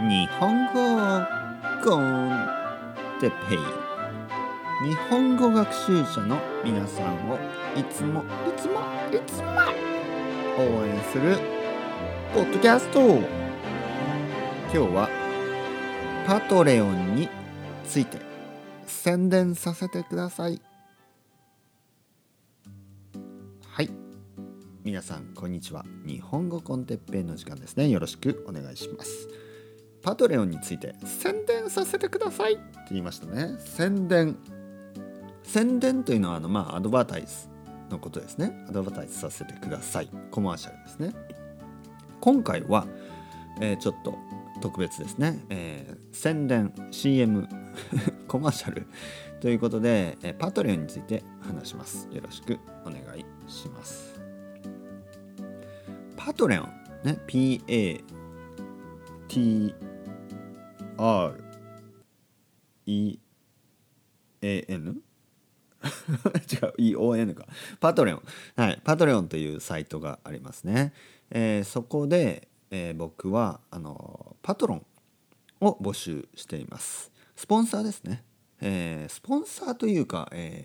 日本語コンテペイ。日本語学習者の皆さんをいつも応援するポッドキャスト。今日はパトレオンについて宣伝させてください。はい、皆さんこんにちは。日本語コンテッペイの時間ですね。よろしくお願いします。パトレオンについて宣伝させてくださいって言いましたね。宣伝というのはアドバタイズのことですね。アドバタイズさせてください。コマーシャルですね。今回は、ちょっと特別ですね。宣伝 CM コマーシャルということで、パトレオンについて話します。よろしくお願いします。パトレオンね、PATREON 違う EON か。パトレオン、はい、パトレオンというサイトがありますね。そこで、僕はパトロンを募集しています。スポンサーですね。スポンサーというか、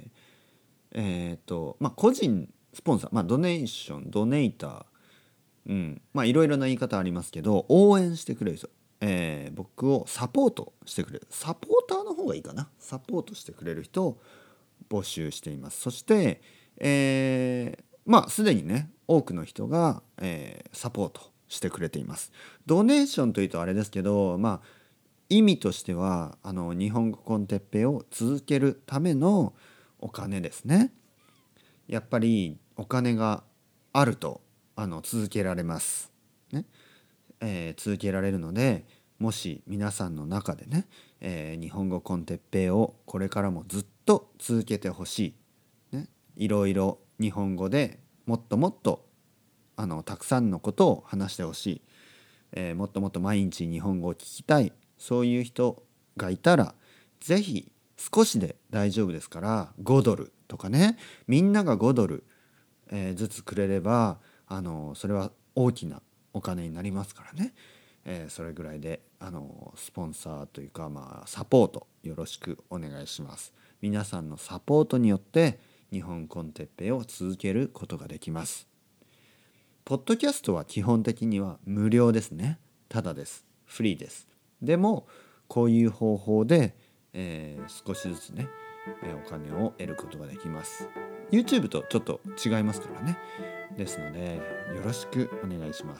個人スポンサー、ドネーション、ドネイター、いろいろな言い方ありますけど、応援してくれる人、僕をサポートしてくれる、サポーターの方がいいかな、サポートしてくれる人を募集しています。そして、すでにね、多くの人が、サポートしてくれています。ドネーションというとあれですけど、意味としては日本語コンテッペイを続けるためのお金ですね。やっぱりお金があると続けられます、ね。続けられるので、もし皆さんの中でね、日本語コンテッペイをこれからもずっと続けてほしい、ね、いろいろ日本語でもっともっとたくさんのことを話してほしい、もっともっと毎日日本語を聞きたい、そういう人がいたらぜひ少しで大丈夫ですから5ドルとかね、みんなが5ドル、ずつくれればそれは大きなお金になりますからね。それぐらいでスポンサーというか、サポートよろしくお願いします。皆さんのサポートによって日本コンテッペイを続けることができます。ポッドキャストは基本的には無料ですね。ただです。フリーです。でもこういう方法で、少しずつね、お金を得ることができます。YouTube とちょっと違いますからね。ですのでよろしくお願いします。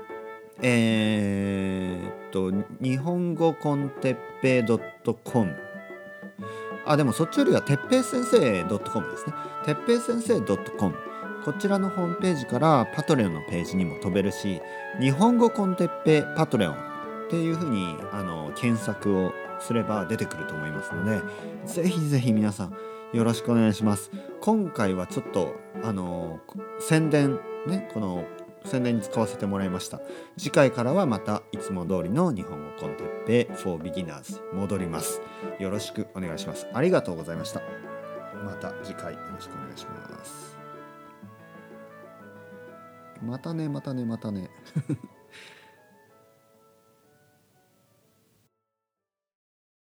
日本語コンテッペイ .com、 でもそっちよりはてっぺい先生 .com ですね。てっぺい先生 .com、 こちらのホームページからパトレオンのページにも飛べるし、日本語コンテッペイパトレオンっていうふうに検索をすれば出てくると思いますので、ぜひぜひ皆さんよろしくお願いします。今回はちょっと宣伝ね、この宣伝に使わせてもらいました。次回からはまたいつも通りの日本語コンテッペイ for beginners 戻ります。よろしくお願いします。ありがとうございました。また次回よろしくお願いします。またね。